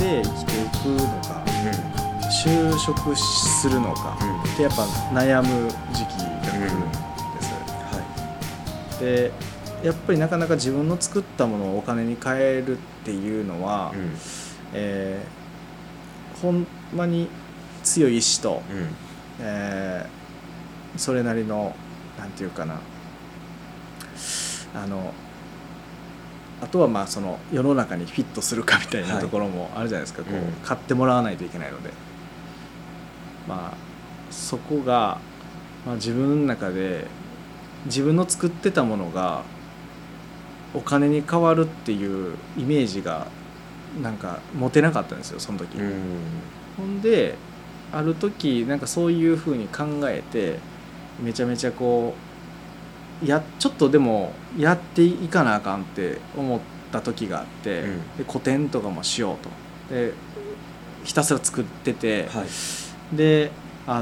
で生きていくのか、就職するのかってやっぱ悩む時期が来るんです、でやっぱりなかなか自分の作ったものをお金に換えるっていうのは、ほんまに強い意志と、それなりのなんていうかな、あとはまあその世の中にフィットするかみたいなところもあるじゃないですか、こう買ってもらわないといけないので、まあそこが、まあ、自分の中で自分の作ってたものがお金に変わるっていうイメージがなんか持てなかったんですよ、その時。ほんである時なんかそういう風に考えてめちゃめちゃこうちょっとでもやっていかなあかんって思った時があって、で個展とかもしようとでひたすら作ってて、で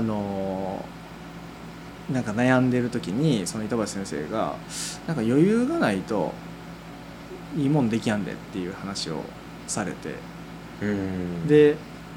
なんか悩んでる時にその板橋先生がなんか余裕がないといいもんできやんでっていう話をされて、で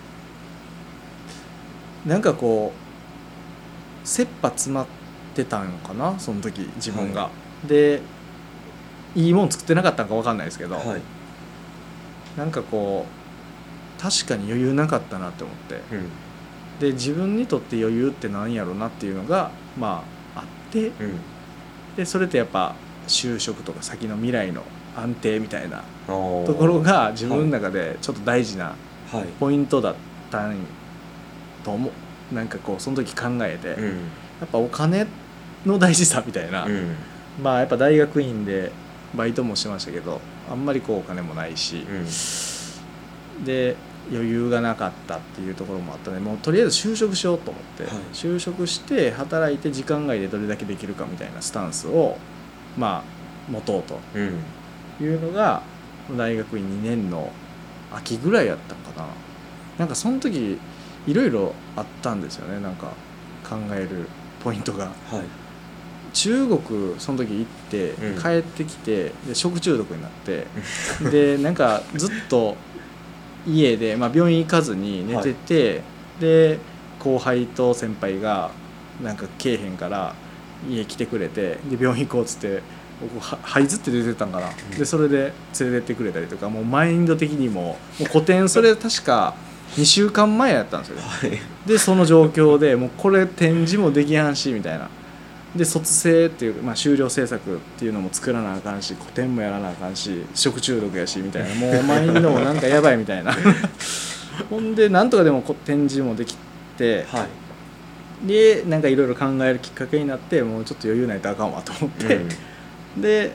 なんかこう切羽詰まってたんかなその時自分が、でいいもん作ってなかったんか分かんないですけど、なんかこう確かに余裕なかったなって思って、で自分にとって余裕って何やろなっていうのがまああって、でそれってやっぱ就職とか先の未来の安定みたいなところが自分の中でちょっと大事なポイントだったんと思う。なんかこうその時考えて、やっぱお金の大事さみたいな、まあやっぱ大学院でバイトもしましたけどあんまりこうお金もないし、で余裕がなかったっていうところもあったので、もうとりあえず就職しようと思って、就職して働いて時間外でどれだけできるかみたいなスタンスをまあ持とうというのが大学院2年の秋ぐらいやったのかな。なんかその時いろいろあったんですよね、なんか考えるポイントが、中国その時行って帰ってきて、で食中毒になってでなんかずっと家で、まあ、病院行かずに寝てて、で後輩と先輩がなんか来えへんから家来てくれて、で病院行こうっつってはいずって出てたんかな、でそれで連れてってくれたりとか、もうマインド的にもう個展それ確か2週間前やったんですよ、でその状況でもうこれ展示もできやんしみたいな、で卒生っていう、まあ、修了制作っていうのも作らなあかんし個展もやらなあかんし食中毒やしみたいな、もうマインドもなんかやばいみたいなほんでなんとかでも展示もできて、でなんかいろいろ考えるきっかけになって、もうちょっと余裕ないとあかんわと思って、で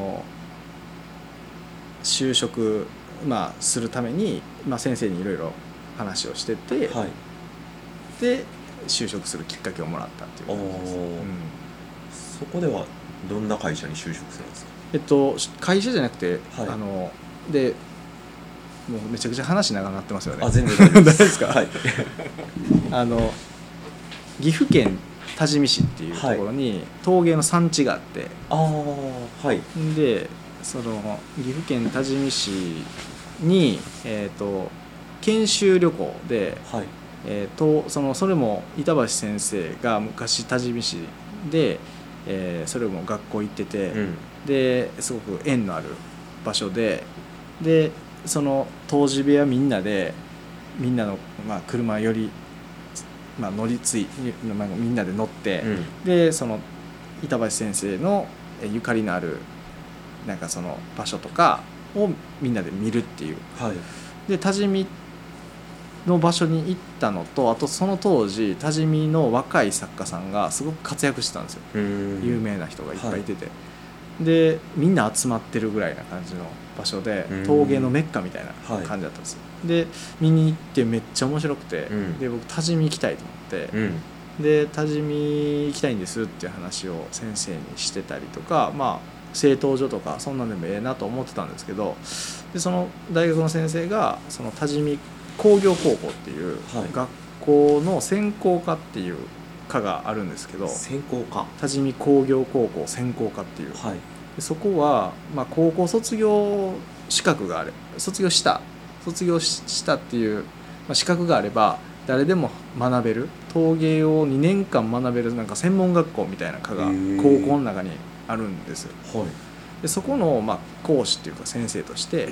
就職、まあ、するために、まあ、先生にいろいろ話をしてて、で就職するきっかけをもらったっていう感じです。 そこではどんな会社に就職するんですか？ 会社じゃなくて、でもうめちゃくちゃ話長くなってますよね。 全然大丈夫ですか？岐阜県多治見市っていうところに陶芸の産地があって、でその岐阜県多治見市に、研修旅行で、それも板橋先生が昔多治見市で、それも学校行ってて、ですごく縁のある場所で、でその湯治部屋みんなの、まあ、車より、まあ、乗り継い、まあ、みんなで乗って、でその板橋先生のゆかりのあるなんかその場所とかをみんなで見るっていう、で多治見の場所に行ったのと、あとその当時多治見の若い作家さんがすごく活躍してたんですよ。有名な人がいっぱいいてて、でみんな集まってるぐらいな感じの場所で陶芸のメッカみたいな感じだったんですよ。で見に行ってめっちゃ面白くて、で僕多治見行きたいと思って、で多治見行きたいんですっていう話を先生にしてたりとか、まあ製陶所とかそんなんでもええなと思ってたんですけど、でその大学の先生がその多治見工業高校っていう学校の専攻科っていう科があるんですけど、 専攻科、 多治見工業高校専攻科っていう、でそこは、まあ、高校卒業資格があれ、卒業した卒業したっていう、資格があれば誰でも学べる、陶芸を2年間学べるなんか専門学校みたいな科が高校の中にあるんですよ。でそこの講師っていうか先生として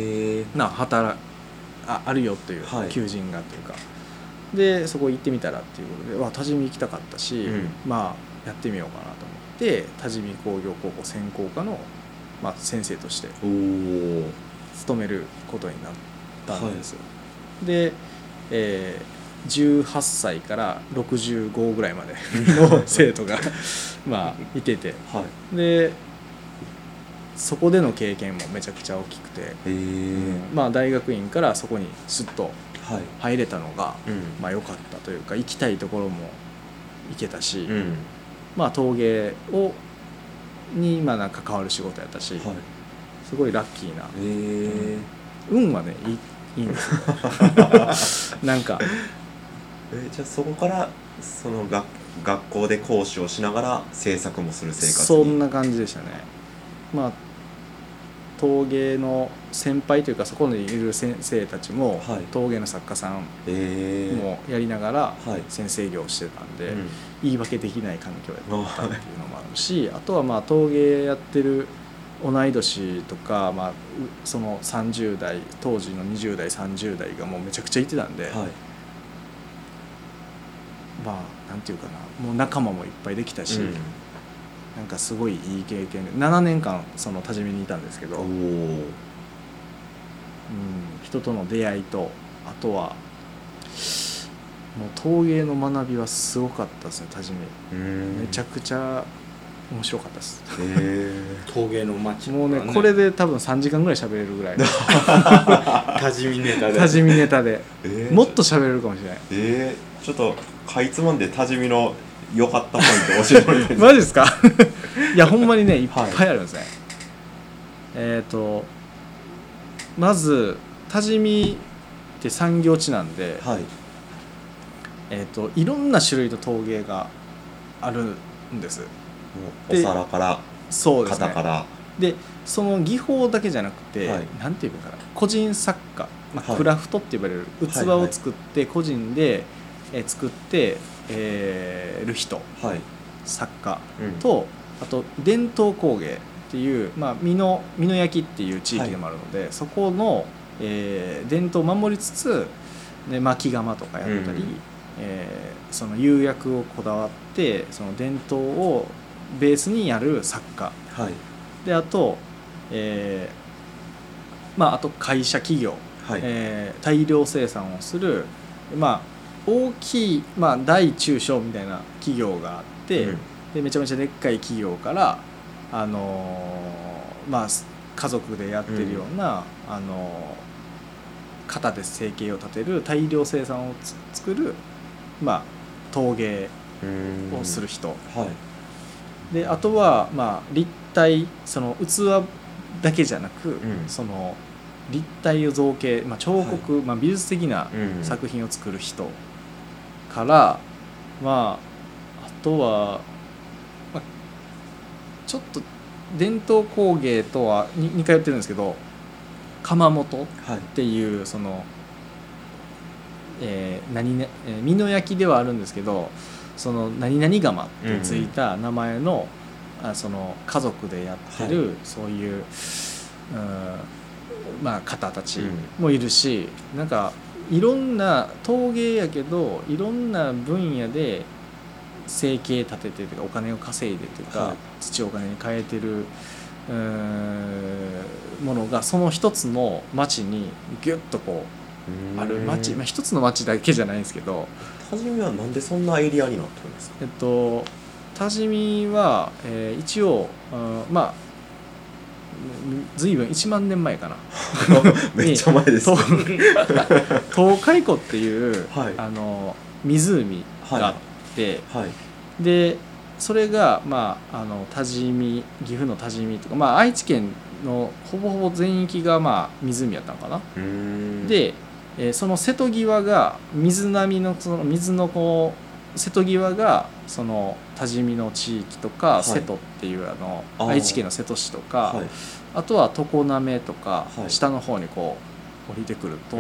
あるよっていう求人がっていうか、でそこ行ってみたらっていうことで多治見行きたかったし、やってみようかなと思って多治見工業高校専攻科の、先生として勤めることになったんですよ。で、18歳から65ぐらいまでの生徒がいてて、でそこでの経験もめちゃくちゃ大きくて、大学院からそこにスッと入れたのが良かったというか、行きたいところも行けたし、陶芸になんか関わる仕事やったし、すごいラッキーな、運はねいいんですよなんかじゃあそこからその学校で講師をしながら制作もする生活に。 そんな感じでしたね。陶芸の先輩というかそこにいる先生たちも、陶芸の作家さんもやりながら先生業をしてたんで、言い訳できない環境やったっていうのもあるし、あとは陶芸やってる同い年とか、その30代当時の20代30代がもうめちゃくちゃいてたんで、なんていうかな、もう仲間もいっぱいできたし、なんかすごいいい経験で7年間その多治見にいたんですけど、人との出会いと、あとはもう陶芸の学びはすごかったですね。多治見めちゃくちゃ面白かったです。 陶芸の街もうね、これで多分3時間ぐらい喋れるぐらい多治見ネタで多治見ネタで、もっと喋れるかもしれない。 ちょっとかいつまんで多治見の良かったポイント教えてもらいたいですマジですかいやほんまにねいっぱいあるんですね。まず多治見って産業地なんで、いろんな種類の陶芸があるんです。 お皿から型からでその技法だけじゃなくて、なんていうかな、個人作家、クラフトって呼ばれる器を作って個人で作ってる人、作家と、あと伝統工芸っていう、美濃焼っていう地域でもあるので、そこの、伝統を守りつつ、巻き窯とかやったり、その釉薬をこだわってその伝統をベースにやる作家、であと、あと会社企業、大量生産をする、大きい、大中小みたいな企業があって、でめちゃめちゃでっかい企業から、家族でやってるような、型で生計を立てる大量生産を作る、陶芸をする人、であとは、立体、その器だけじゃなく、その立体を造形、彫刻、美術的な作品を作る人から、あとは、ちょっと伝統工芸とは似通ってるんですけど、窯元っていう、その美濃焼ではあるんですけど、その何々窯ってついた名前の、その家族でやってる、そういう、方たちもいるし、なんかいろんな陶芸やけどいろんな分野で生計立ててというかお金を稼いでというか、土をお金に変えてるものがその一つの町にギュッとこうある町、一つの町だけじゃないんですけど。 多治見はなんでそんなエリアになってるんですか？ 多治見は、一応、随分1万年前かなめっちゃ前ですね東海湖っていう、湖があって、でそれが、多治見、岐阜の多治見とか、愛知県のほぼほぼ全域が、湖やったのかな。で、その瀬戸際が水波のその水のこう瀬戸際がその多治見の地域とか、瀬戸っていう愛知県の瀬戸市とか、あとは常滑とか、下の方にこ降りてくると、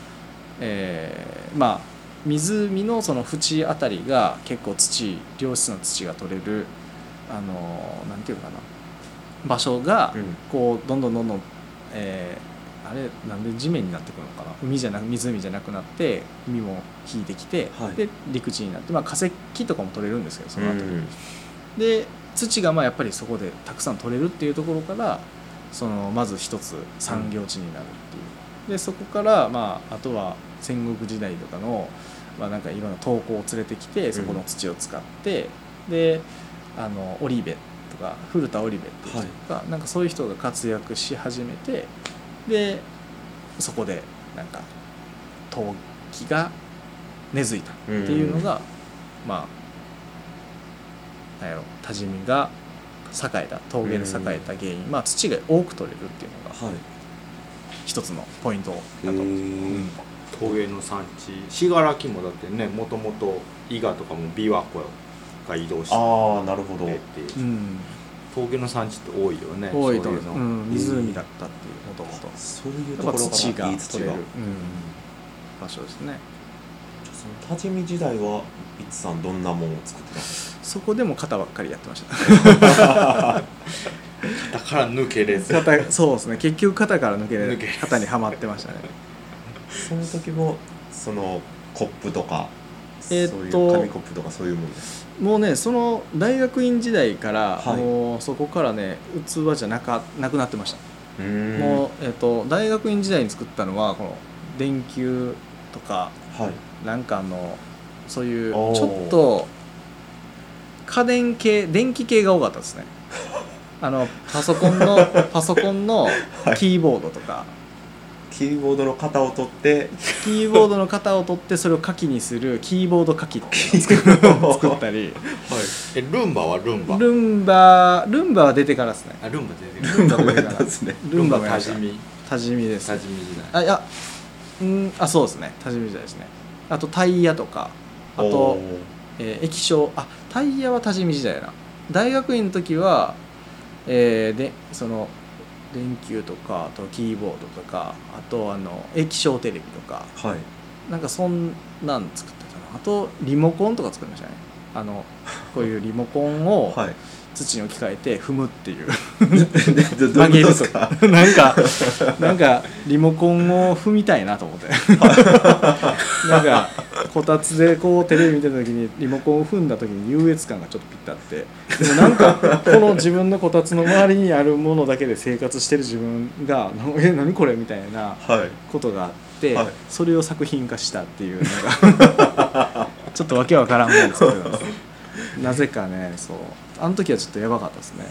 まあ湖のその縁あたりが結構良質な土が取れるなんていうかな場所がこうどんどんあれなんで地面になってくるのかな、湖じゃなくなって海も引いてきて、で陸地になって、まあ、化石とかも取れるんですけどその後に、で土がまあやっぱりそこでたくさん取れるっていうところからまず一つ産業地になるっていう、でそこからまああとは戦国時代とかのまあなんかいろんな刀工を連れてきてそこの土を使って、で織部とか古田織部っていう人とか、なんかそういう人が活躍し始めて、でそこでなんか陶器が根付いたっていうのが、まあなんやろ多治見が栄えた陶芸で栄えた原因、まあ土が多く取れるっていうのが一つのポイントだと思うんです。 陶芸の産地信楽もだってね、もともと伊賀とかも琵琶湖が移動してなるほど、 陶芸の産地って多いよね。 多いと思う、湖だったっていうもともとそういうところから土がいい土が、 場所ですね。 その多治見時代はビッツさんどんなものを作ってたんですか？ そこでも型ばっかりやってましただから抜けれずそうですね、結局型から抜けれず型にはまってましたねその時もそのコップとか、そういう紙コップとかそういうものです。 もうねその大学院時代から、もうそこからね器じゃなくなってました。もう、大学院時代に作ったのはこの電球とか、なんかそういうちょっと家電系電気系が多かったですねパソコンのキーボードとかキーボードの型を取ってそれを書きにするキーボード書きっていうのを作ったりルンバはルンバは出てからですね。 ルンバ出てからですね。 ルンバも多治見です。 多治見時代。 そうですね、多治見時代ですね。あとタイヤとか、あと液晶、タイヤは多治見時代やな。大学院の時はでその電球とか、あとキーボードとか、あと液晶テレビとか、なんかそんなん作ってたな。あとリモコンとか作りましたね。こういうリモコンを土に置き換えて踏むっていう曲げるとかなんかリモコンを踏みたいなと思ってなんかこたつでこうテレビ見てた時にリモコンを踏んだ時に優越感がちょっとピッとあって、でもなんかこの自分のこたつの周りにあるものだけで生活してる自分が何これみたいなことがあって、それを作品化したっていうのがちょっとわけわからんもんですけどなぜかね、そうあの時はちょっとやばかったですね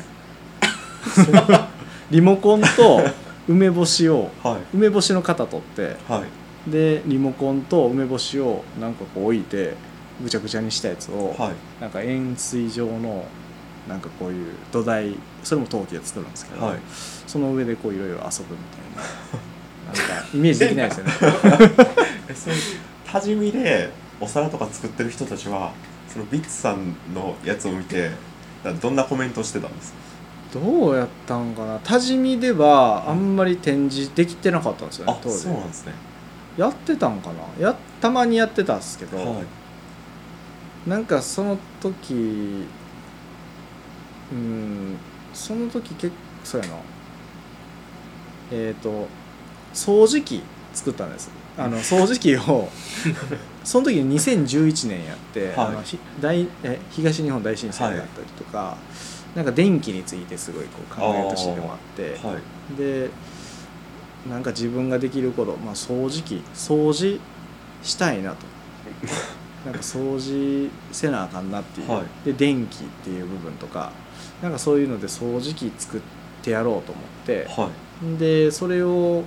リモコンと梅干しを、梅干しの型取って、でリモコンと梅干しをなんかこう置いてぐちゃぐちゃにしたやつを、なんか円錐状のなんかこういう土台、それも陶器で作るんですけど、その上でこういろいろ遊ぶみたいな、なんかイメージできないですよねそういう多治見でお皿とか作ってる人たちはそのビッツさんのやつを見てどんなコメントしてたんですか？ どうやったんかな。多治見ではあんまり展示できてなかったんですよね、当時。 そうなんですね。 やってたんかな、たまにやってたんですけど、なんかその時結構そうやな、掃除機作ったんです。掃除機をその時に2011年やって、東日本大震災だったりとか、なんか電気についてすごいこう考える年でもあって、でなんか自分ができること、掃除したいなとなんか掃除せなあかんなっていう、で電気っていう部分とか、なんかそういうので掃除機作ってやろうと思って、でそれを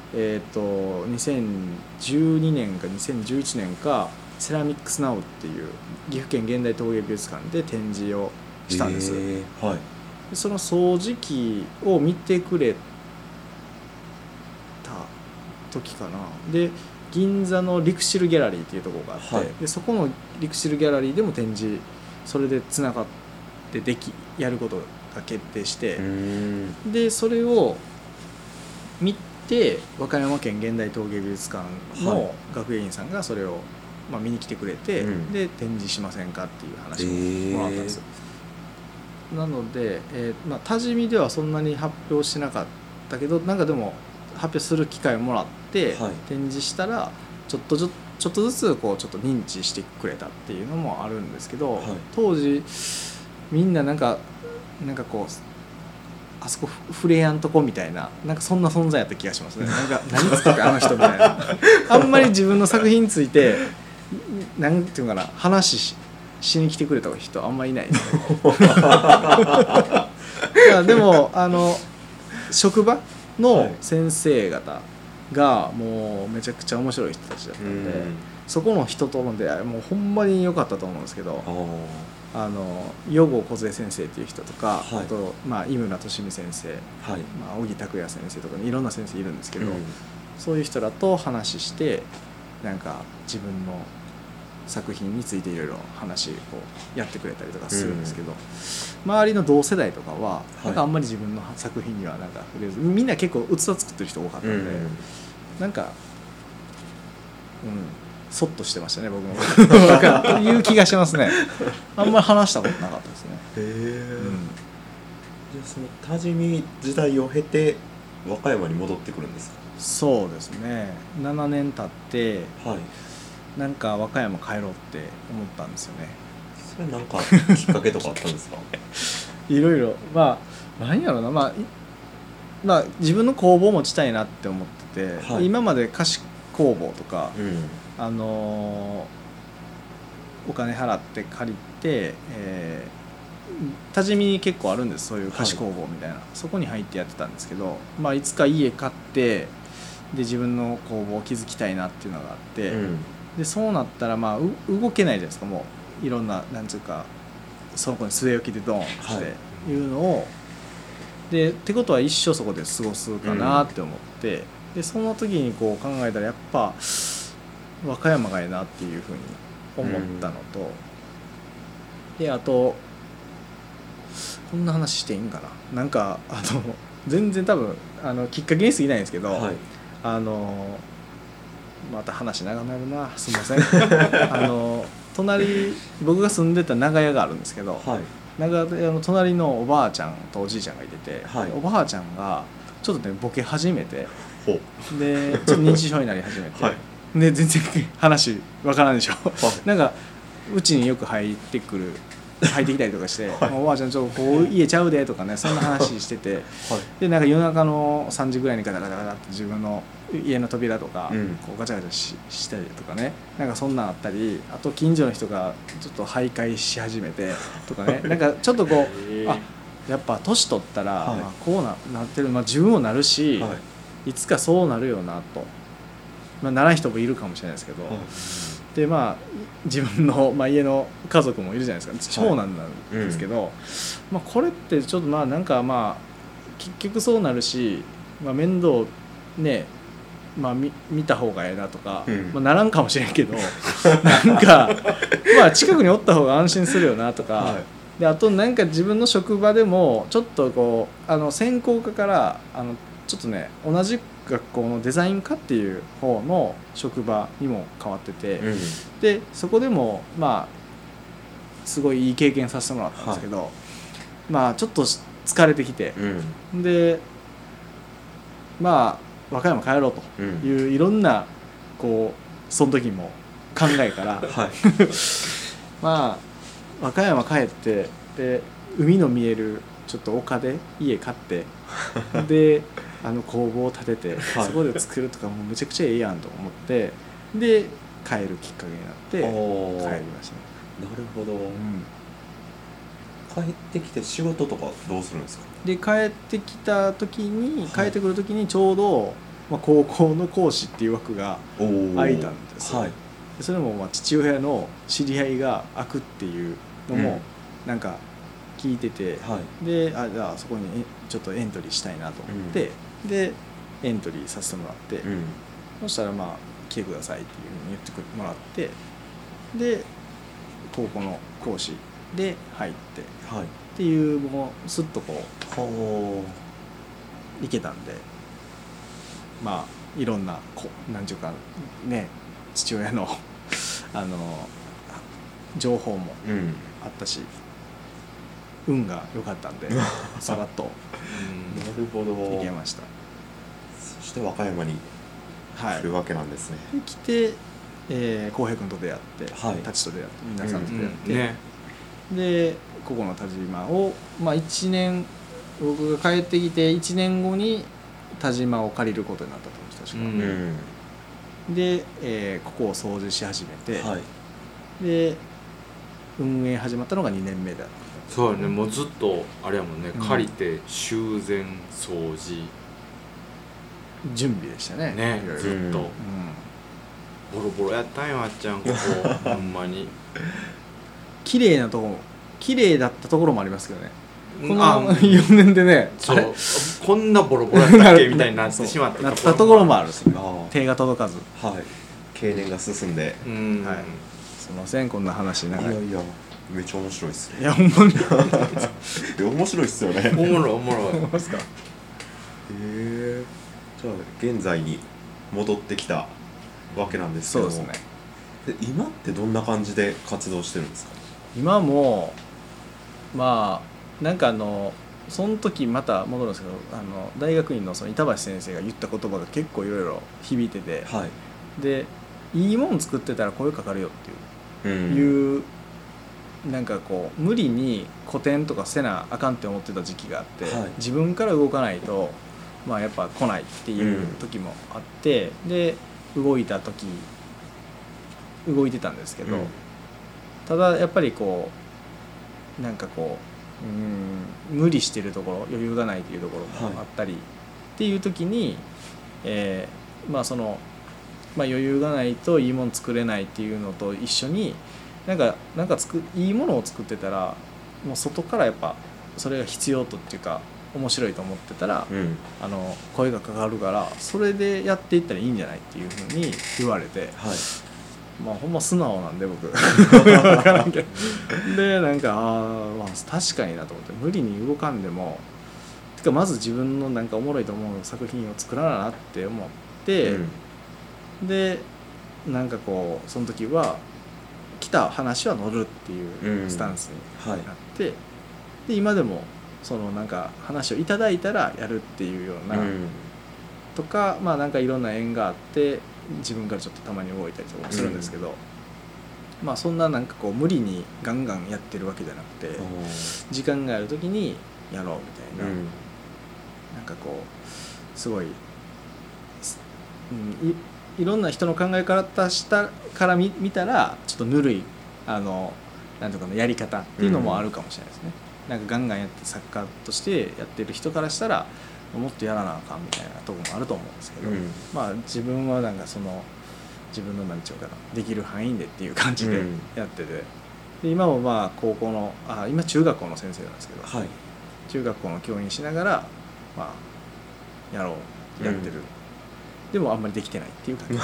2012年か2011年かセラミックスナウっていう岐阜県現代陶芸美術館で展示をしたんです。でその掃除機を見てくれた時かな。で銀座のリクシルギャラリーっていうところがあって、でそこのリクシルギャラリーでも展示それでつながってやることが決定して、でそれを見で和歌山県現代陶芸美術館の学芸員さんがそれを、まあ、見に来てくれて、で展示しませんかっていう話をもらったんですよ。なので、まあ、多治見ではそんなに発表してなかったけど、なんかでも発表する機会をもらって、展示したらちょっとずつこうちょっと認知してくれたっていうのもあるんですけど、当時みんななんかこうあそこ触れやんとこみたいな、なんかそんな存在やった気がしますね。なんか何作ってあの人みたいなあんまり自分の作品についてなんていうかな、話しに来てくれた人あんまりいないですねでも職場の先生方がもうめちゃくちゃ面白い人たちだったんで、そこの人との出会いもうほんまに良かったと思うんですけど、余郷梢先生っていう人とか、あと、まあ、井村俊美先生、まあ、小木拓也先生とか、ね、いろんな先生いるんですけど、そういう人らと話してなんか自分の作品についていろいろ話をやってくれたりとかするんですけど、周りの同世代とかはなんかあんまり自分の作品にはなんか触れず、みんな結構器作ってる人多かったので、なんかそっとしてましたね僕もという気がしますね。あんまり話したことなかったですね。 じゃあその多治見時代を経て和歌山に戻ってくるんですか？ そうですね、7年経って、なんか和歌山帰ろうって思ったんですよね。 それなんかきっかけとかあったんですか？ いろいろ、まあ何やろうな、まあ自分の工房持ちたいなって思ってて、今まで菓子工房とか、お金払って借りて、多治見に結構あるんです、そういう菓子工房みたいな、そこに入ってやってたんですけど、まあ、いつか家買ってで自分の工房を築きたいなっていうのがあって、でそうなったらまあ動けないじゃないですか、もういろんななんていうかその子に据え置きでドーンしていうのを、でってことは一生そこで過ごすかなって思って、でその時にこう考えたらやっぱ和歌山がいいなっていうふうに思ったのと、であとこんな話していいんかな、なんか全然多分きっかけに過ぎないんですけど、また話長くなるな、すみません隣僕が住んでた長屋があるんですけど、長屋の隣のおばあちゃんとおじいちゃんがいてて、おばあちゃんがちょっとねボケ始めて、でちょっと認知症になり始めて、で全然話わからんでしょなんかうちによく入ってきたりとかしておばあちゃんちょっとこう家ちゃうでとかね、そんな話しててでなんか夜中の3時ぐらいにガタガタガタって自分の家の扉とかこうガチャガチャしたりとかね、なんかそんなんあったり、あと近所の人がちょっと徘徊し始めてとかねなんかちょっとこうやっぱ年取ったら、まあ、こう なってる、まあ、自分もなるし、いつかそうなるよなと、まあ、ならん人もいるかもしれないですけど、でまあ自分の、まあ、家の家族もいるじゃないですか、長男なんですけど、まあ、これってちょっとまあなんかまあ結局そうなるし、まあ、面倒ね、まあ、見た方がええなとか、まあ、ならんかもしれんけどなんかまあ近くにおった方が安心するよなとか、であとなんか自分の職場でもちょっとこう専攻科からちょっとね同じ学校のデザイン科っていう方の職場にも変わってて、でそこでもまあすごいいい経験させてもらったんですけど、まあちょっと疲れてきて、でまあ和歌山帰ろうといういろんなこうその時も考えからまあ和歌山帰ってで海の見えるちょっと丘で家買ってで工房を建ててそこで作るとかもうめちゃくちゃええやんと思ってで帰るきっかけになって帰りましたね。 なるほど、帰ってきて仕事とかどうするんですか？ で帰ってくる時にちょうど、まあ、高校の講師っていう枠が空いたんですよ、でそれもまあ父親の知り合いが空くっていうのもなんか聞いてて、でじゃあそこにちょっとエントリーしたいなと思って、でエントリーさせてもらって、そしたらまあ来てくださいっていうふうに言ってもらって、で高校の講師で入って、っていうもうスッとこう行けたんで、 まあいろんななんていうかね父親の情報もあったし、運が良かったんでさらっとなるほど行けました。 そして和歌山に来るわけなんですね。 で来て浩平君と出会って、 はい、 タチと出会って皆さんと出会って、 ね、 でここの田島を、まあ、1年僕が帰ってきて1年後に田島を借りることになったと思うんです確か、で、ここを掃除し始めて、 はい、 で運営始まったのが2年目だった。 そうね、もうずっとあれやもんね、借りて修繕掃除準備でしたね。 ね、ずっと、ボロボロやったんよあっちゃんここほんまに綺麗なところ綺麗だったところもありますけどね。この4年でね、 そうこんなボロボロやったっけみたいになってしまったなったところもあるんですね。手が届かず、 はい、経年が進んで、 はい、すいませんこんな話長い。 いやめっちゃ面白いっすね。 いやほんまに面白いっすよね。 おもろいおもろいますか。じゃあ現在に戻ってきたわけなんですけども、 そうですね。 で今ってどんな感じで活動してるんですか？ 今もまあなんかその時また戻るんですけど大学院のその板橋先生が言った言葉が結構いろいろ響いてて、 はい、 でいいもん作ってたら声かかるよっていう、なんかこう無理に古典とかせなあかんって思ってた時期があって、 はい、 自分から動かないとまあやっぱ来ないっていう時もあって、で動いてたんですけど、ただやっぱりこうなんかこう無理してるところ余裕がないっていうところもあったり、っていう時に、まあその、まあ、余裕がないといいもの作れないっていうのと一緒になんかいいものを作ってたらもう外からやっぱそれが必要とっていうか面白いと思ってたら、声がかかるからそれでやっていったらいいんじゃないっていうふうに言われて、 はい、 まあほんま素直なんで僕分からんけどでなんかまあ確かになと思って無理に動かんでもてかまず自分のなんかおもろいと思う作品を作らなって思って、でなんかこうその時は来た話は乗るっていうスタンスになって、で今でもそのなんか話をいただいたらやるっていうような、とかまあなんかいろんな縁があって自分からちょっとたまに動いたりとかもするんですけど、まあそんななんかこう無理にガンガンやってるわけじゃなくて時間がある時にやろうみたいな、なんかこうすごい、いろんな人の考え方から見たらちょっとぬるいなんていうかなやり方っていうのもあるかもしれないですね。なんかガンガンやって作家としてやってる人からしたらもっとやらなあかんみたいなところもあると思うんですけど、まあ自分はなんかその自分の何て言うかなできる範囲でっていう感じでやってて、で今もまあ高校の今中学校の先生なんですけど、中学校の教員しながらまあやってる、でもあんまりできてないっていう感じ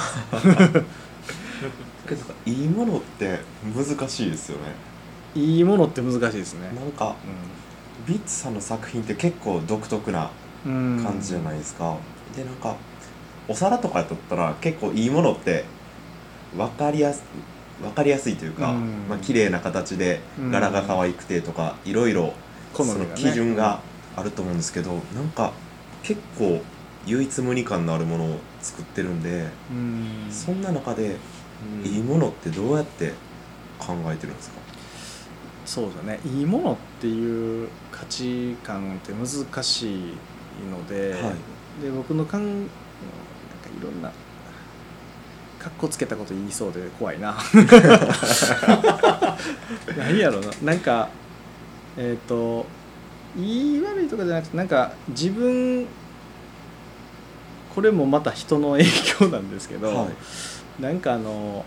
ですいいものって難しいですよね。 いいものって難しいですね。 なんか、ビッツさんの作品って結構独特な感じじゃないですか。でなんかお皿とかだったら結構いいものって分かりやすいというか、まあ綺麗な形で柄が可愛くてとかいろいろその基準があると思うんですけど、なんか結構唯一無二感のあるものを作ってるんで、そんな中でいいものってどうやって考えてるんですか？ そうだね、いいものっていう価値観って難しいので、で僕のなんかいろんなかっこつけたこと言いそうで怖いな何やろな、なんか言い悪いとかじゃなくてなんか自分これもまた人の影響なんですけど、なんか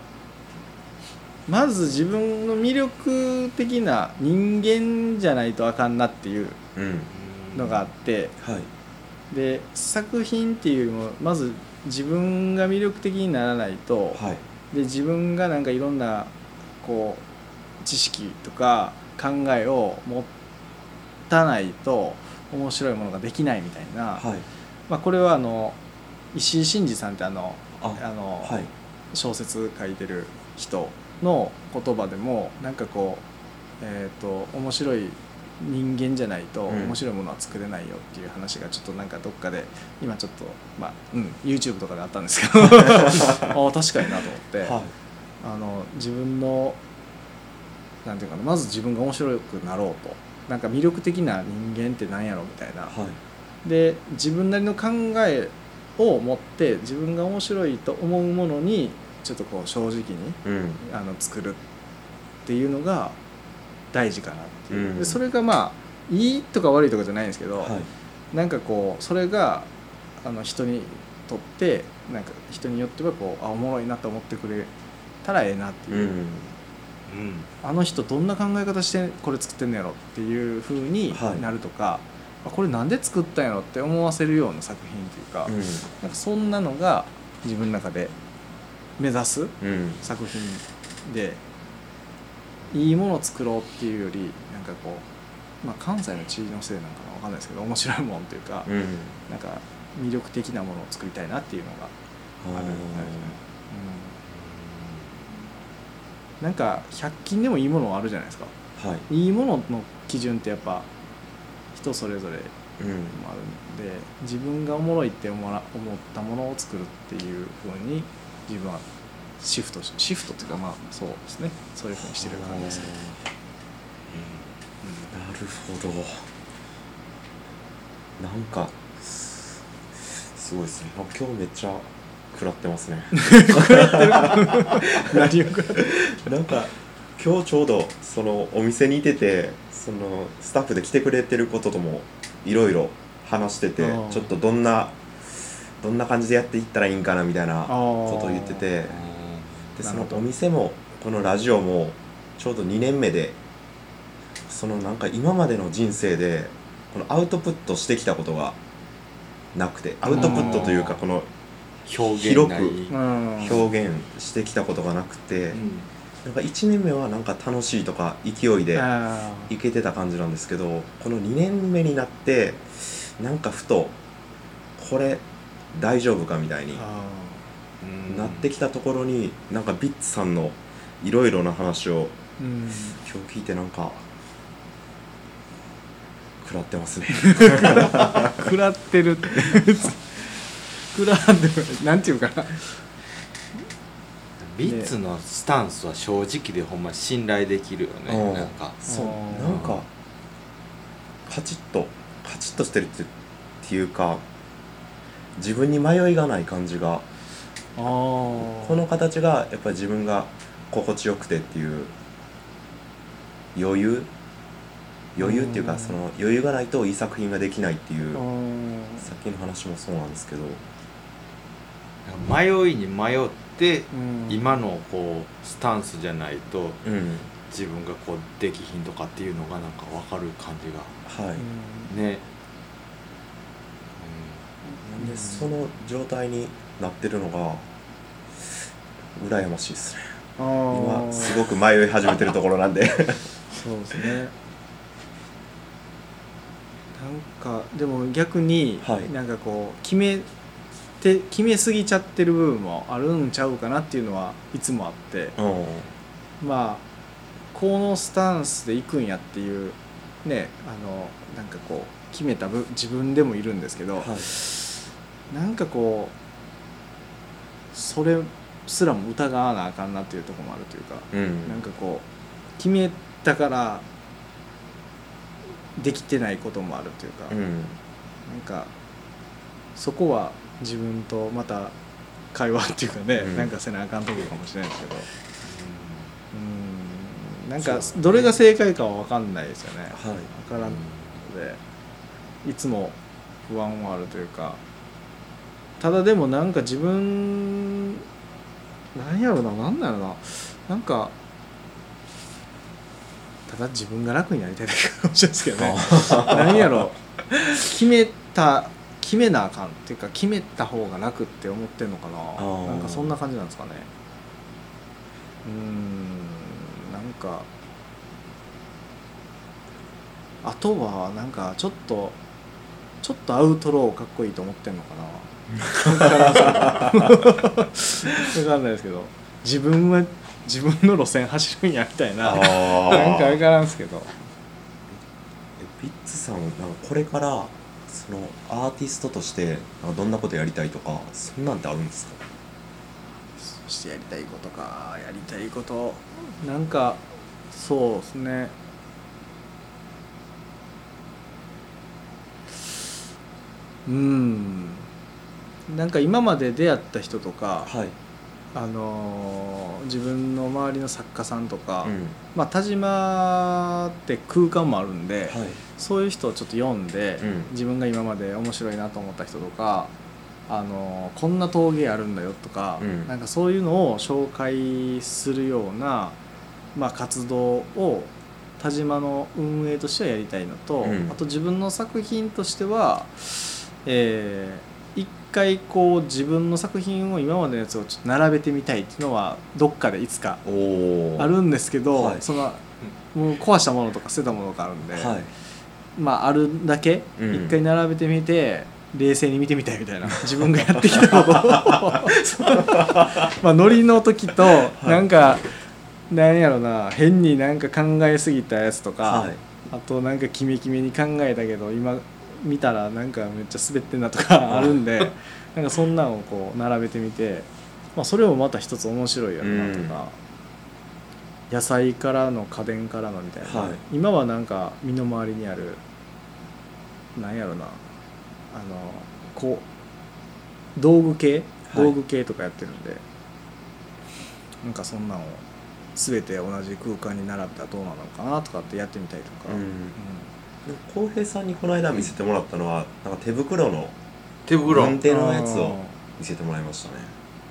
まず自分の魅力的な人間じゃないとあかんなっていうのがあって、で作品っていうよりもまず自分が魅力的にならないと、で自分がなんかいろんなこう知識とか考えを持たないと面白いものができないみたいな、まあ、これは石井真二さんってはい、 小説書いてる人の言葉でもなんかこう、面白い人間じゃないと面白いものは作れないよっていう話がちょっとなんかどっかで今ちょっとYouTube とかであったんですけどあ確かになと思って、 はい、 自分のなんていうかな、まず自分が面白くなろうと、なんか魅力的な人間って何やろみたいな、 はい、 で自分なりの考えを持って自分が面白いと思うものにちょっとこう正直に、作るっていうのが大事かなっていう、でそれがまあいいとか悪いとかじゃないんですけど、はい、なんかこうそれが人にとってなんか人によってはこうおもろいなと思ってくれたらええなっていう、あの人どんな考え方してこれ作ってんのやろっていう風になるとか、はい、これなんで作ったんやろって思わせるような作品というか、なんかそんなのが自分の中で目指す作品で、いいものを作ろうっていうよりなんかこう、関西の地のせいなんかな分かんないですけど、面白いもんというか、なんか魅力的なものを作りたいなっていうのがある、なんか100均でもいいものはあるじゃないですか、はい、いいものの基準ってやっぱ人それぞれもあるんで、自分がおもろいって思ったものを作るっていう風に自分はシフトっていうか、そうですね、そういう風にしてる感じですね。 なるほど。なんかすごいですね。今日めっちゃ食らってますね。 食らってる何を食らってるなんか今日ちょうどそのお店にいてて、そのスタッフで来てくれてることともいろいろ話してて、ちょっとどんな感じでやっていったらいいんかなみたいなことを言ってて、でそのお店もこのラジオもちょうど2年目で、そのなんか今までの人生でこのアウトプットしてきたことがなくて、アウトプットというかこの広く表現してきたことがなくて、なんか1年目はなんか楽しいとか勢いでいけてた感じなんですけど、この2年目になってなんかふとこれ大丈夫かみたいになってきたところに、なんかビッツさんのいろいろな話を今日聞いてなんか食らってますね。 食らってるって食らってなんていうかな、 ビッツのスタンスは正直でほんま信頼できるよね。なんかそうなんかカチッとしてるっていうか、自分に迷いがない感じが、この形がやっぱり自分が心地よくてっていう余裕っていうか、その余裕がないといい作品ができないっていう、さっきの話もそうなんですけど、 迷いに迷って今のこうスタンスじゃないと自分がこうできひんとかっていうのがなんか分かる感じが、はいね、 でその状態になってるのが羨ましいですね。今すごく迷い始めてるところなんでそうですね。なんかでも逆になんかこう決めすぎちゃってる部分もあるんちゃうかなっていうのはいつもあって、このスタンスでいくんやっていうね、なんかこう決めた自分でもいるんですけど、なんかこうそれすらも疑わなあかんなっていうところもあるというか、なんかこう決めたからできてないこともあるというか、なんかそこは自分とまた会話っていうかね、なんかせなあかんところかもしれないですけど、なんかどれが正解かは分かんないですよね。分からんのでいつも不安はあるというか、ただでもなんか自分なんやろな、なんかただ自分が楽になりたいだけかもしれないですけどねなんやろ、決めなあかんっていうか決めた方が楽って思ってんのかな、なんかそんな感じなんですかね。なんかあとはなんかちょっとちょっとアウトローかっこいいと思ってんのかな分かんないですけど、自分は自分の路線走るんやみたいな、なんか分からんすけど。 ビッツさんなんかこれからそのアーティストとしてなんかどんなことやりたいとかそんなんってあるんですか？ そしてやりたいことか、やりたいことなんかそうですね、なんか今まで出会った人とか、 はい、 自分の周りの作家さんとか、 うん、 田島って空間もあるんで、 はい、 そういう人をちょっと読んで、自分が今まで面白いなと思った人とか、こんな陶芸あるんだよとか、なんかそういうのを紹介するような、活動を田島の運営としてはやりたいのと、あと自分の作品としては、一回こう自分の作品を今までのやつをちょっと並べてみたいっていうのはどっかでいつかあるんですけど、 はい、 そのもう壊したものとか捨てたものがあるんで、 はい、 あるだけ一回並べてみて、冷静に見てみたいみたいな、自分がやってきたことをノリの時となんか何やろな、変になんか考えすぎたやつとか、 はい、 あとなんかキメキメに考えたけど今見たらなんかめっちゃ滑ってんなとかあるんでなんかそんなのをこう並べてみて、それもまた一つ面白いやろなとか、野菜からの家電からのみたいな、今はなんか身の回りにあるなんやろな、こう道具系とかやってるんで、なんかそんなのを全て同じ空間に並べたらどうなのかなとかってやってみたりとか。 浩平さんにこの間見せてもらったのはなんか手袋軍手のやつを見せてもらいましたね。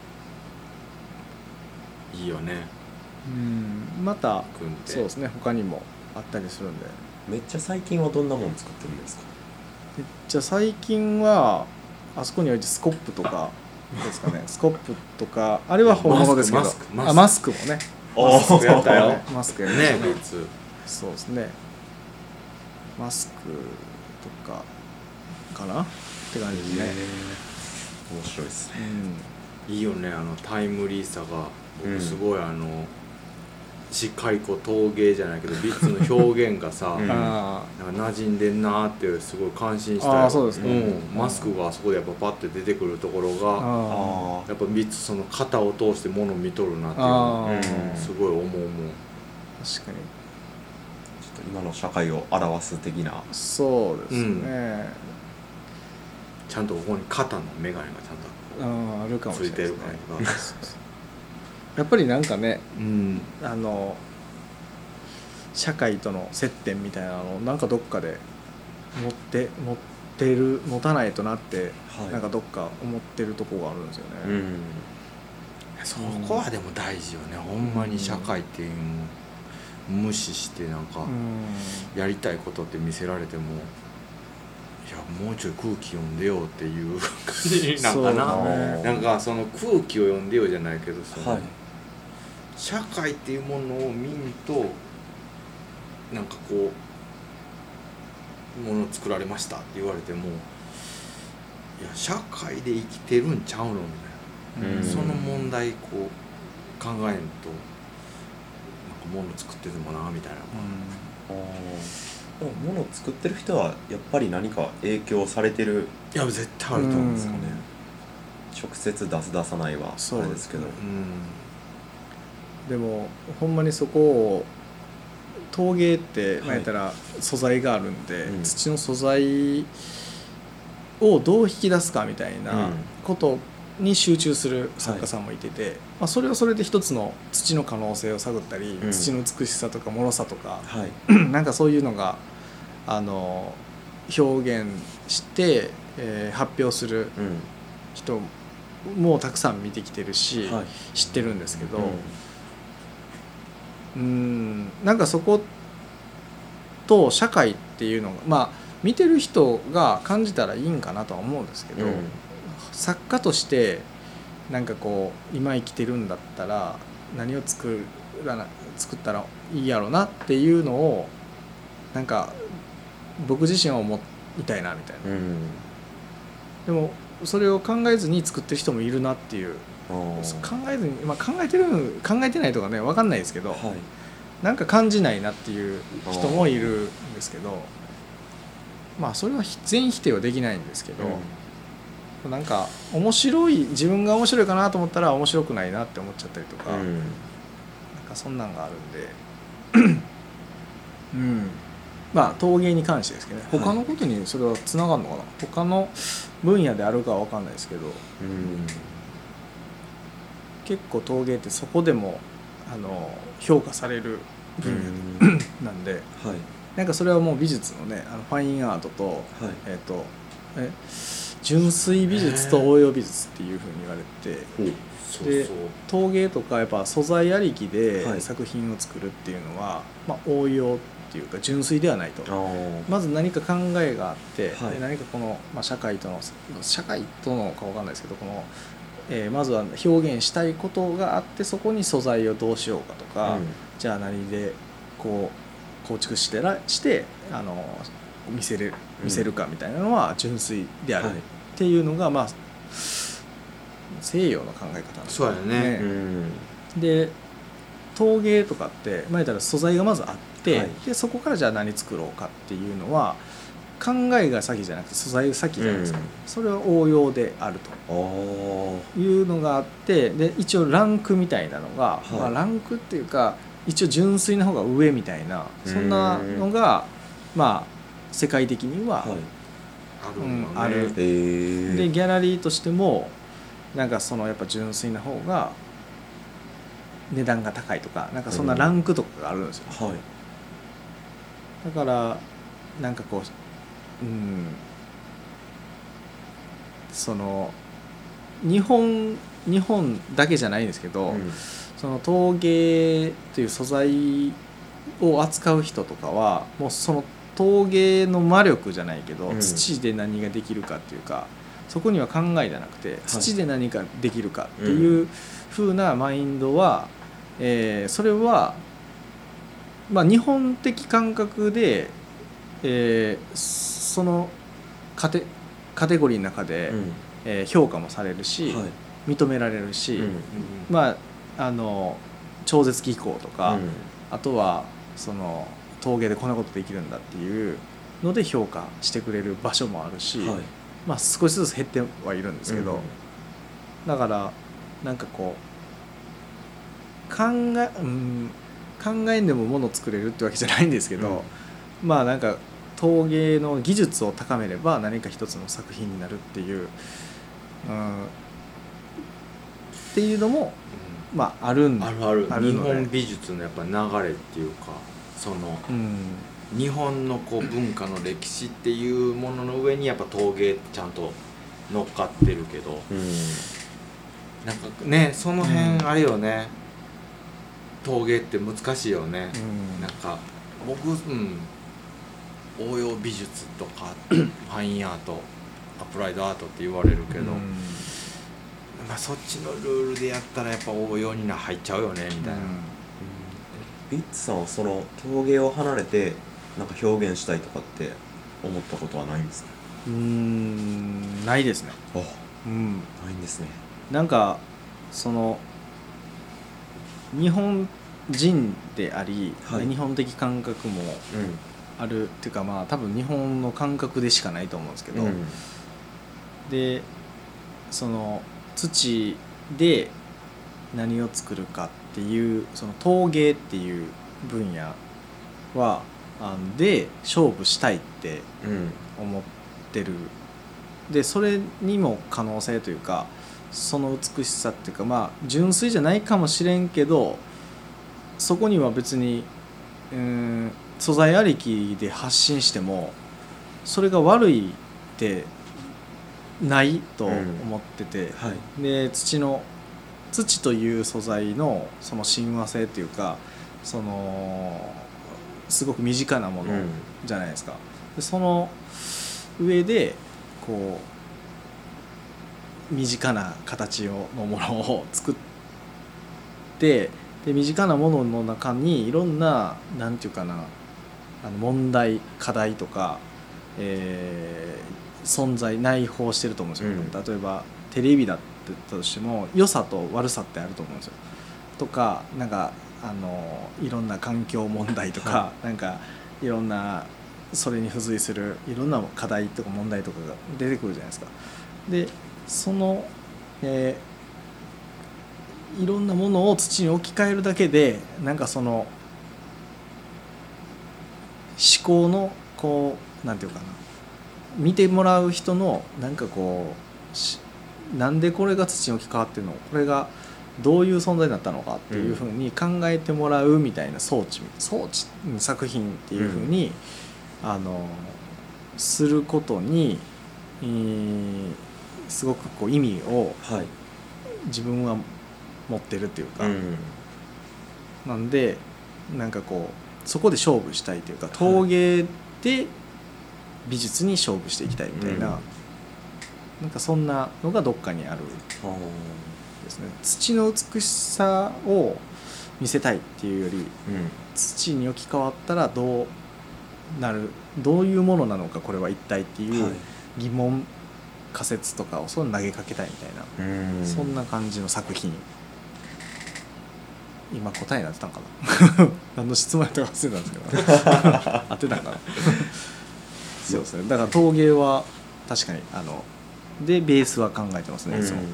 いいよね。 またそうですね、他にもあったりするんで。 めっちゃ最近はどんなもの作ってるんですか？ めっちゃ最近はあそこに置いてスコップとかですかねスコップとかあれは本物ですけど、マスクもね、 マスクやったよ。 マスクやりましたね。そうですね、マスクとかかなって感じですね。 面白いですね。 いいよね、タイムリーさが僕すごいしっかりこう陶芸じゃないけどビッツの表現がさ、なんか馴染んでんなってすごい感心したよ。 そうですね。 マスクがあそこでやっぱパッて出てくるところがやっぱビッツその型を通してものを見とるなっていうのすごい思うもん。 確かに。 今の社会を表す的な。 そうですね、 ちゃんとここに肩の眼鏡がちゃんとあるかもしれないですね。 ついてる感じがやっぱりなんかね、社会との接点みたいなのをなんかどっかで持たないとなって、なんかどっか思ってるとこがあるんですよね。 そこはでも大事よね、ほんまに社会っていうの無視してなんかやりたいことって見せられても、いやもうちょい空気読んでよっていう感じなんかな、なんかその空気を読んでよじゃないけどさ、社会っていうものを見んとなんかこうもの作られましたって言われても、いや社会で生きてるんちゃうのみたいな、その問題こう考えんとなんかもの作っててもなみたいな。 でも物を作ってる人はやっぱり何か影響されてる。 いや絶対あると思うんですかね。 直接出さないはあれですけど、 でもほんまにそこを陶芸って言ったら素材があるんで、土の素材をどう引き出すかみたいなことに集中する作家さんもいてて、それはそれで一つの土の可能性を探ったり、土の美しさとか脆さとか、なんかそういうのが表現して、発表する人もたくさん見てきてるし、知ってるんですけど、なんかそこと社会っていうのが見てる人が感じたらいいんかなとは思うんですけど、作家としてなんかこう今生きてるんだったら何を作ったらいいやろなっていうのをなんか僕自身は思っいたいなみたいな、 うん、 でもそれを考えずに作ってる人もいるなっていう、考えずに、まあ、考えてないとかね分かんないですけど、 はい、 なんか感じないなっていう人もいるんですけど、まあそれは全否定はできないんですけど、なんか自分が面白いかなと思ったら面白くないなって思っちゃったりとか、なんかそんなんがあるんでまあ陶芸に関してですけどね、他のことにそれはつながるのかな、他の分野であるかは分かんないですけど、結構陶芸ってそこでも評価される分野なんで、なんかそれはもう美術のねファインアートと、純粋美術と応用美術っていうふうに言われて、で陶芸とかやっぱ素材ありきで作品を作るっていうのは、まあ、応用っていうか純粋ではないと。まず何か考えがあって、何かこの、まあ、社会とのか分かんないですけど、このまずは表現したいことがあって、そこに素材をどうしようかとか、じゃあ何でこう構築して見せるかみたいなのは純粋であるっていうのが、まあ西洋の考え方なんですよね。そうやね。 で陶芸とかって言ったら素材がまずあって、でそこからじゃあ何作ろうかっていうのは考えが先じゃなくて素材が先じゃないですか、それは応用であるというのがあって、で一応ランクみたいなのが、まあ、ランクっていうか一応純粋な方が上みたいな、そんなのがまあ世界的にはある。でギャラリーとしてもなんかそのやっぱ純粋な方が値段が高いとか、なんかそんなランクとかがあるんですよ、だからなんかこうその日本だけじゃないんですけど、その陶芸という素材を扱う人とかはもうその陶芸の魔力じゃないけど、土で何ができるかっていうか、そこには考えじゃなくて土で何かできるかっていう風なマインドは、それはまあ日本的感覚で、そのカテゴリーの中で、評価もされるし、認められるし、まあ超絶技巧とか、あとはその陶芸でこんなことできるんだっていうので評価してくれる場所もあるし、まあ少しずつ減ってはいるんですけど、だからなんかこう考えんでも物を作れるってわけじゃないんですけど、まあなんか陶芸の技術を高めれば何か一つの作品になるっていう、っていうのも、まあある日本美術のやっぱ流れっていうか、その、日本のこう文化の歴史っていうものの上にやっぱ陶芸ちゃんと乗っかってるけど、なんかねその辺あれよね、陶芸って難しいよね、なんか僕応用美術とかファインアート、アプライドアートって言われるけど、まあ、そっちのルールでやったらやっぱ応用に入っちゃうよねみたいな。 ビッツさんはその陶芸を離れてなんか表現したいとかって思ったことはないんですか？ ないですね。 ないんですね。 なんかその日本人であり、日本的感覚もあるっていうか、まあ多分日本の感覚でしかないと思うんですけど、でその土で何を作るかっていうその陶芸っていう分野はで勝負したいって思ってる、でそれにも可能性というか、その美しさっていうか、まあ純粋じゃないかもしれんけど、そこには別に素材ありきで発信してもそれが悪いってないと思ってて、で土という素材のその親和性っていうか、そのすごく身近なものじゃないですか。でその上でこう身近な形のものを作って、で身近なものの中にいろんななんていうかな、問題課題とか存在内包してると思うんですよ、例えばテレビだったとしても良さと悪さってあると思うんですよ。とかなんかいろんな環境問題とか、なんかいろんなそれに付随するいろんな課題とか問題とかが出てくるじゃないですか。でその、いろんなものを土に置き換えるだけでなんかその思考のこうなんていうかな、見てもらう人のなんかこうなんでこれが土に置き換わってるの、これがどういう存在になったのかっていうふうに考えてもらうみたいな装置作品っていうふうに、することに、すごくこう意味を自分は持ってるっていうか、なんでなんかこうそこで勝負したいというか、陶芸で美術に勝負していきたいみたいな、なんかそんなのがどっかにあるですね。土の美しさを見せたいっていうより、土に置き換わったらどうなる、どういうものなのかこれは一体っていう疑問、仮説とかをそう投げかけたいみたいな、そんな感じの作品。今答えになってたんかな何の質問やったか忘れたんですけど合ってたんかなそうですね。だから陶芸は確かにでベースは考えてますねいつも。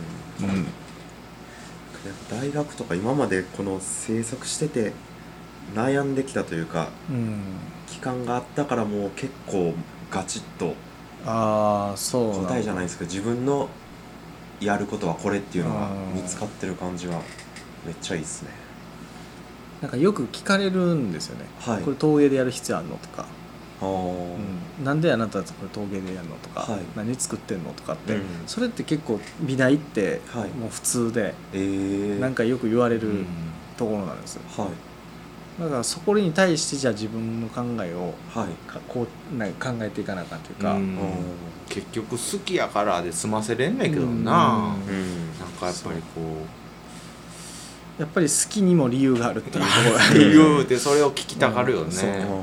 大学とか今までこの制作してて悩んできたというか、期間があったからもう結構ガチッと答えじゃないですか、自分のやることはこれっていうのが見つかってる感じはめっちゃいいですね。 なんかよく聞かれるんですよね、これ陶芸でやる必要あるのとか、なんであなたこれ陶芸でやるのとか、何作ってんのとかって、それって結構美大ってもう普通で、なんかよく言われるところなんですよ。だからそこに対してじゃあ自分の考えをこうなんか考えていかなあかんというか、 結局好きやからで済ませれんねんけどな、なんかやっぱりこうやっぱり好きにも理由があるっていうところが理由でそれを聞きたがるよね。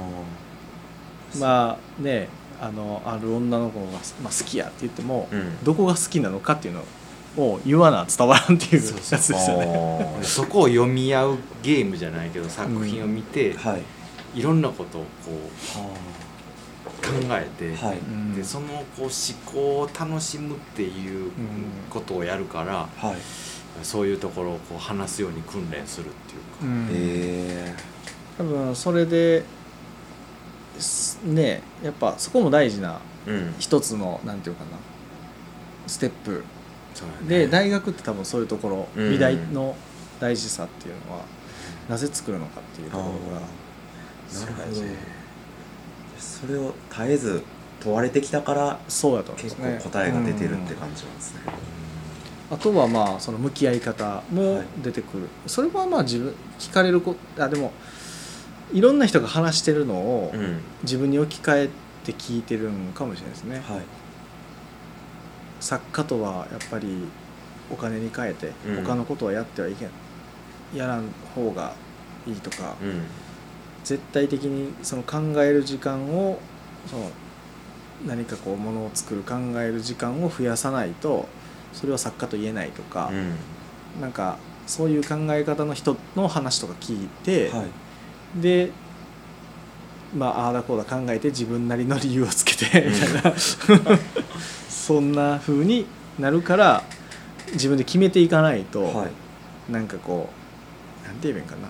まあね、ある女の子が、好きやって言っても、どこが好きなのかっていうのを言わな伝わらんっていうやつですよね。 そこを読み合うゲームじゃないけど作品を見て、いろんなことをこう考えて、でそのこう思考を楽しむっていうことをやるから、そういうところをこう話すように訓練するっていうか、 多分それでね、やっぱそこも大事な一つのなんていうかなステップで、大学って多分そういうところ、美大の大事さっていうのはなぜ作るのかっていうところがなるほど。それを絶えず問われてきたからそうやと思いますね、 結構答えが出てるって感じなんですね。 あとはまあその向き合い方も出てくる、それはまあ自分聞かれるでもいろんな人が話してるのを自分に置き換えて聞いてるんかもしれないですね。作家とはやっぱりお金に換えて他のことはやってはいけん、やらん方がいいとか、絶対的にその考える時間をその何かこうものを作る考える時間を増やさないとそれは作家と言えないとか、なんかそういう考え方の人の話とか聞いて、でああだこうだ考えて自分なりの理由をつけてみたいなそんな風になるから自分で決めていかないと、なんかこうなんて言えばいいんかな、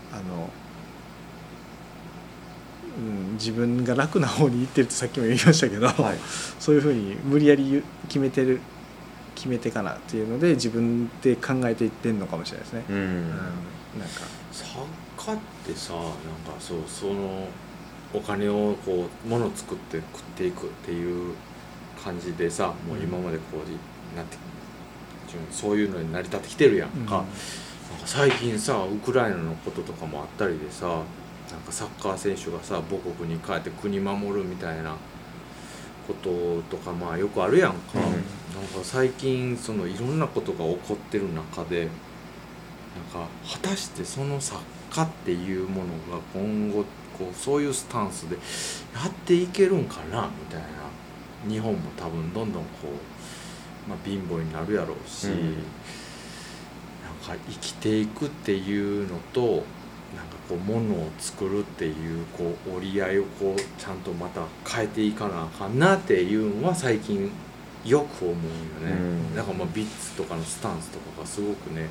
自分が楽な方に行ってるってさっきも言いましたけど、そういう風に無理やり決めてかなっていうので自分で考えていってんのかもしれないですね。なんか作家ってさ、なんかそのお金をこう物を作って食っていくっていう感じでさ、もう今までこうなってそういうのに成り立ってきてるやんか。なんか最近さウクライナのこととかもあったりでさ、なんかサッカー選手がさ母国に帰って国守るみたいなこととかよくあるやんか。なんか最近そのいろんなことが起こってる中で、なんか果たしてその作家っていうものが今後こうそういうスタンスでやっていけるんかなみたいな。日本も多分どんどんこう、貧乏になるやろうし、なんか生きていくっていうのとなんかこう物を作るっていうこう折り合いをこうちゃんとまた変えていかなあかんなっていうのは最近よく思うよね。だからビッツとかのスタンスとかがすごくね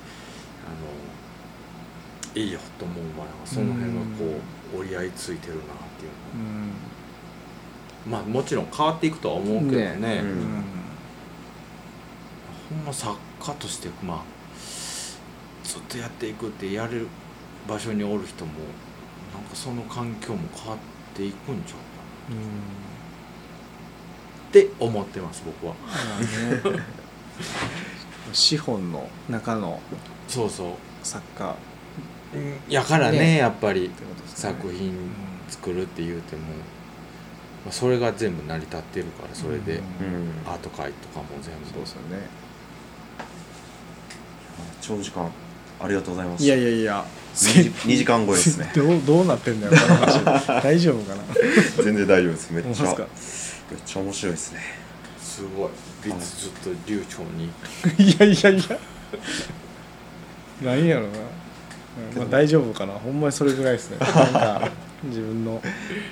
いいよと思うわ。その辺がこう折り合いついてるなっていうの。もちろん変わっていくとは思うけどね。ほんま作家としてずっとやっていくってやれる場所におる人もなんかその環境も変わっていくんちゃうかなって思ってます僕は。 資本の中のそうそう作家やからねやっぱり作品作るって言うても、それが全部成り立ってるからそれでアート界とかも全部そうですよね。 長時間ありがとうございます。 いや 2時間超えですね。 どうなってんだよこの話。大丈夫かな。 全然大丈夫です。めっちゃ面白いですね。 すごいビッツずっと流暢にいや何やろな、大丈夫かな。ほんまにそれぐらいですね。なんか自分の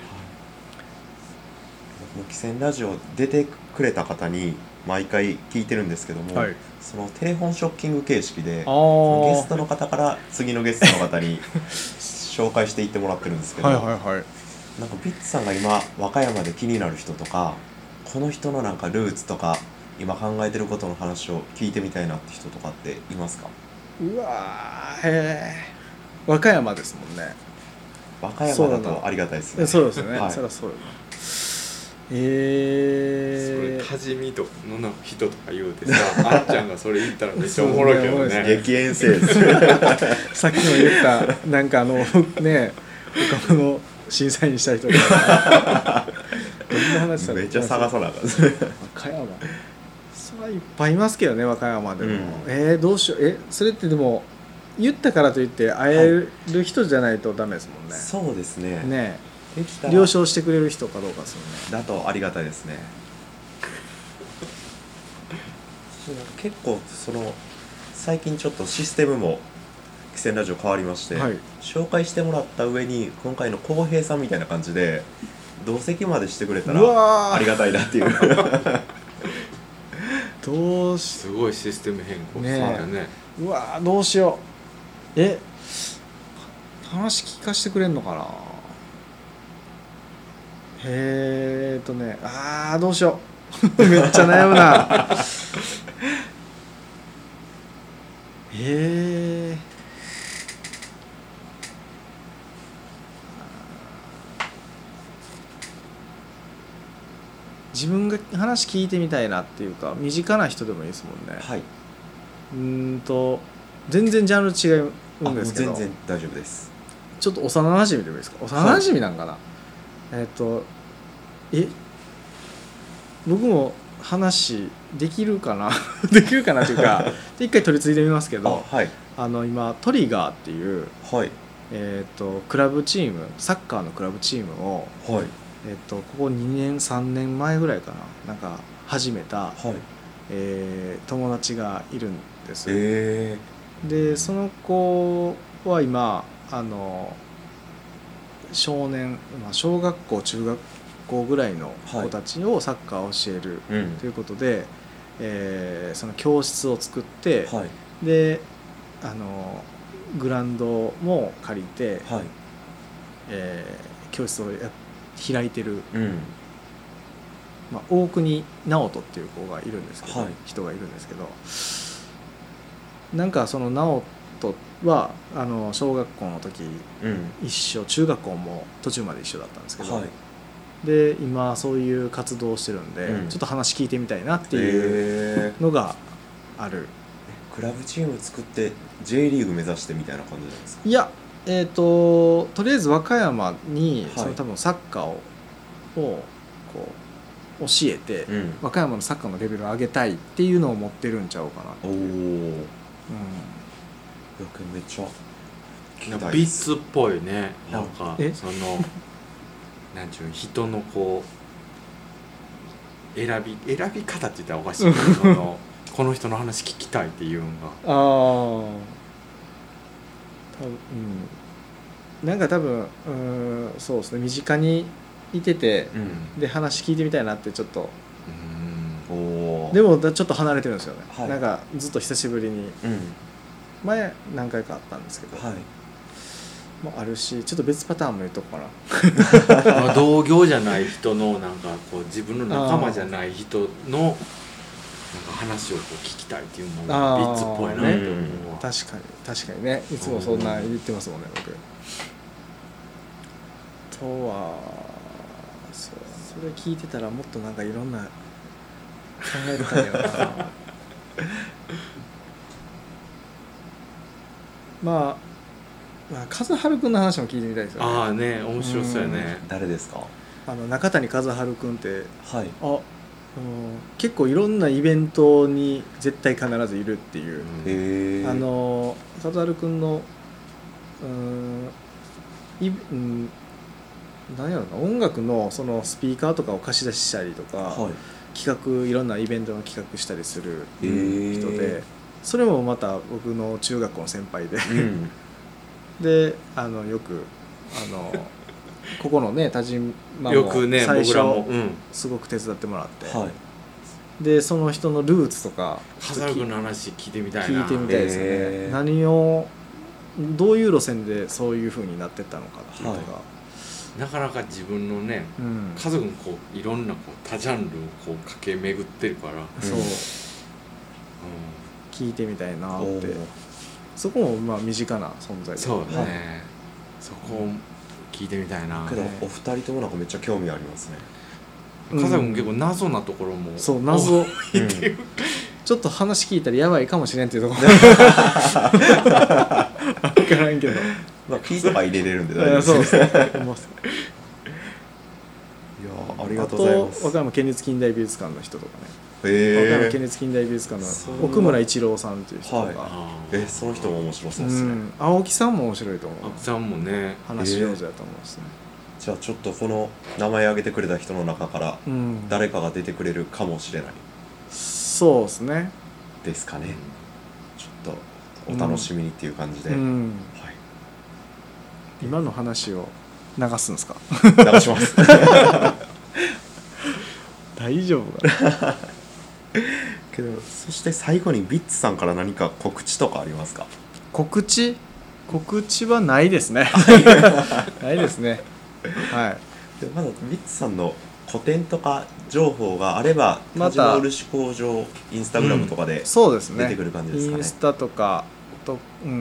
汽船ラジオ出てくれた方に毎回聞いてるんですけども、そのテレフォンショッキング形式でそのゲストの方から次のゲストの方に紹介していってもらってるんですけど、なんかビッツさんが今和歌山で気になる人とかこの人のなんかルーツとか今考えてることの話を聞いてみたいなって人とかっていますか？ うわ和歌山ですもんね。 和歌山だとありがたいですね。 そうですね、そりゃそうよ。 それ多治見との人とか言うてさあっちゃんがそれ言ったらめっちゃおもろいけどね。 激遠征ですさっきも言ったなんかね他の審査員した人がどんな話したの。 めっちゃ探さなかったです和歌山それはいっぱいいますけどね和歌山でも、どうしようそれってでも言ったからといって会える人じゃないとダメですもんね。 そうですね。 了承してくれる人かどうかですよね。 だとありがたいですね。結構最近ちょっとシステムも汽船ラジオ変わりまして、紹介してもらった上に今回の浩平さんみたいな感じで同席までしてくれたらありがたいなっていうすごいシステム変更したんだね。 うわどうしよう。話聞かせてくれんのかな。どうしようめっちゃ悩むな。自分が話聞いてみたいなっていうか身近な人でもいいですもんね。全然ジャンル違うんですけど全然大丈夫です。 ちょっと幼馴染でもいいですか。幼馴染なんかな、僕も話できるかなできるかなというか一回取り継いでみますけど、今トリガーっていう、クラブチームサッカーのクラブチームを、ここ2年3年前ぐらいかななんか始めた、友達がいるんです。でその子は今少年、小学校中学校ぐらいの子たちをサッカーを教えるということで、その教室を作って、でグラウンドも借りて、教室を開いてる、大国直人っていう子がいるんですけど、人がいるんですけど、なんかその直人は小学校の時一緒、中学校も途中まで一緒だったんですけど、で今そういう活動をしてるんで、ちょっと話聞いてみたいなっていうのがある。 クラブチーム作って J リーグ目指してみたいな感じなんですか？ いやとりあえず和歌山にその多分サッカーをこう教えて、和歌山のサッカーのレベルを上げたいっていうのを持ってるんちゃうかなっていう。 めっちゃビッツっぽいね。なんかそのなんちゅう人のこう選び方って言ったらおかしいけどそのこの人の話聞きたいっていうのが多分、なんか多分そうですね、身近にいてて、で話聞いてみたいなってちょっと、でもちょっと離れてるんですよね、はい、なんかずっと久しぶりに、前何回かあったんですけど、もあるし、ちょっと別パターンも言うとこかな同業じゃない人のなんかこう自分の仲間じゃない人のなんか話をこう聞きたいっていうのがビッツっぽいなって思うわ。 確かにね、いつもそんな言ってますもんね、僕。とはそれ聞いてたらもっとなんかいろんな考えてたけどなまあ和春くんの話も聞いてみたいですよね。 ああね、面白そうやね。 誰ですか？ 中谷和春くんって、はい、結構いろんなイベントに絶対必ずいるっていう、和春くんの何やろな、音楽のそのスピーカーとかを貸し出ししたりとか、はい、企画いろんなイベントの企画したりする人で、それもまた僕の中学校の先輩で、でよくここのね田島も最初すごく手伝ってもらって、でその人のルーツとか和春君の話聞いてみたいな。 聞いてみたいですね。どういう路線でそういう風になってったのかっていうのが、 なかなか自分のね、家族もこういろんなこう多ジャンルをこう駆け巡ってるから、そう、 聞いてみたいなって。そこもまあ身近な存在ですね。そうね、そこを聞いてみたいな。 けどお二人ともなんかめっちゃ興味ありますね。 家族も結構謎なところも、 そう謎、ちょっと話聞いたらやばいかもしれんっていうところ分からんけど、 まあ、ピーとか入れれるんで大丈夫です。そうですね。いやありがとうございます。 あと和歌山県立近代美術館の人とかね、和歌山県立近代美術館の奥村一郎さんという人が、 その人も面白そうですね。 青木さんも面白いと思う。 青木さんもね、 話上手だと思うんですね。 じゃあちょっとこの名前挙げてくれた人の中から誰かが出てくれるかもしれない、 そうですねですかね。ちょっとお楽しみにっていう感じで、はい、 今の話を流すんですか？ 流します大丈夫かなけど、そして最後にビッツさんから何か告知とかありますか？ 告知はないですねないですね。はい。 でまだビッツさんの個展とか情報があれば、田島漆工場インスタグラムとかで出てくる感じですかね。 インスタとかと、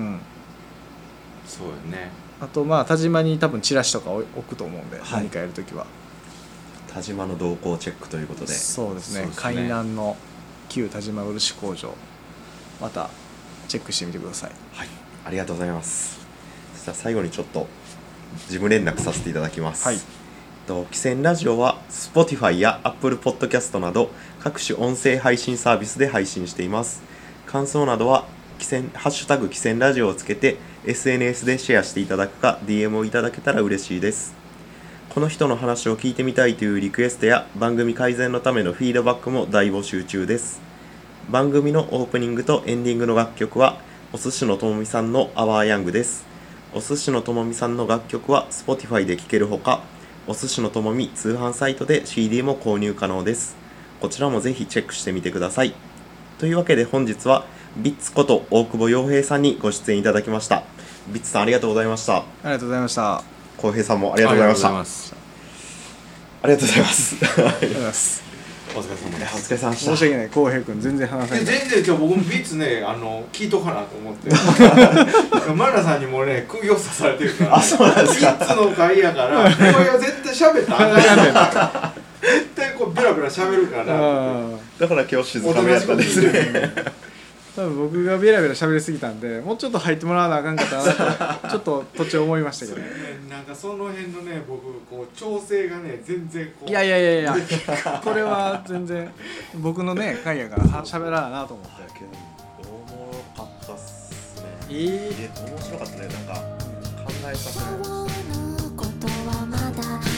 そうよね。 あとまあ田島に多分チラシとか置くと思うんで、何かやるときは田島の動向チェックということで。 そうですね。海南の旧田島漆工場、またチェックしてみてください。 はい、ありがとうございます。そしたら最後にちょっと事務連絡させていただきます。はい。汽船ラジオは Spotify や Apple Podcast など各種音声配信サービスで配信しています。感想などはハッシュタグ汽船ラジオをつけて SNS でシェアしていただくか DM をいただけたら嬉しいです。この人の話を聞いてみたいというリクエストや番組改善のためのフィードバックも大募集中です。番組のオープニングとエンディングの楽曲はお寿司のともみさんの Our Young です。お寿司のともみさんの楽曲は Spotify で聴けるほか、お寿司のともみ通販サイトで CD も購入可能です。こちらもぜひチェックしてみてください。というわけで本日はビッツこと大久保洋平さんにご出演いただきました。ビッツさんありがとうございました。 ありがとうございました。 浩平さんもありがとうございました。ありがとうございます。 ありがとうございます。 お疲れ様です。 お疲れ様でした。 申し訳ない、浩平君全然話さない。 全然今日僕もビッツね聞いとかなと思ってマナさんにもね釘を刺されてるから、 あ、そうなんですか。 ビッツの会やからこれは絶対喋ったら絶対こうベラベラ喋るから、 だから今日静かめやったんですね。 多分僕がベラベラ喋りすぎたんで、もうちょっと入ってもらわなあかんかったなとちょっと途中思いましたけど、 なんかその辺のね僕こう調整がね全然こういやこれは全然僕のね回やから喋らななと思って。 おもろかったっすね。面白かったね。なんかえさせられました。 今日のことはまだ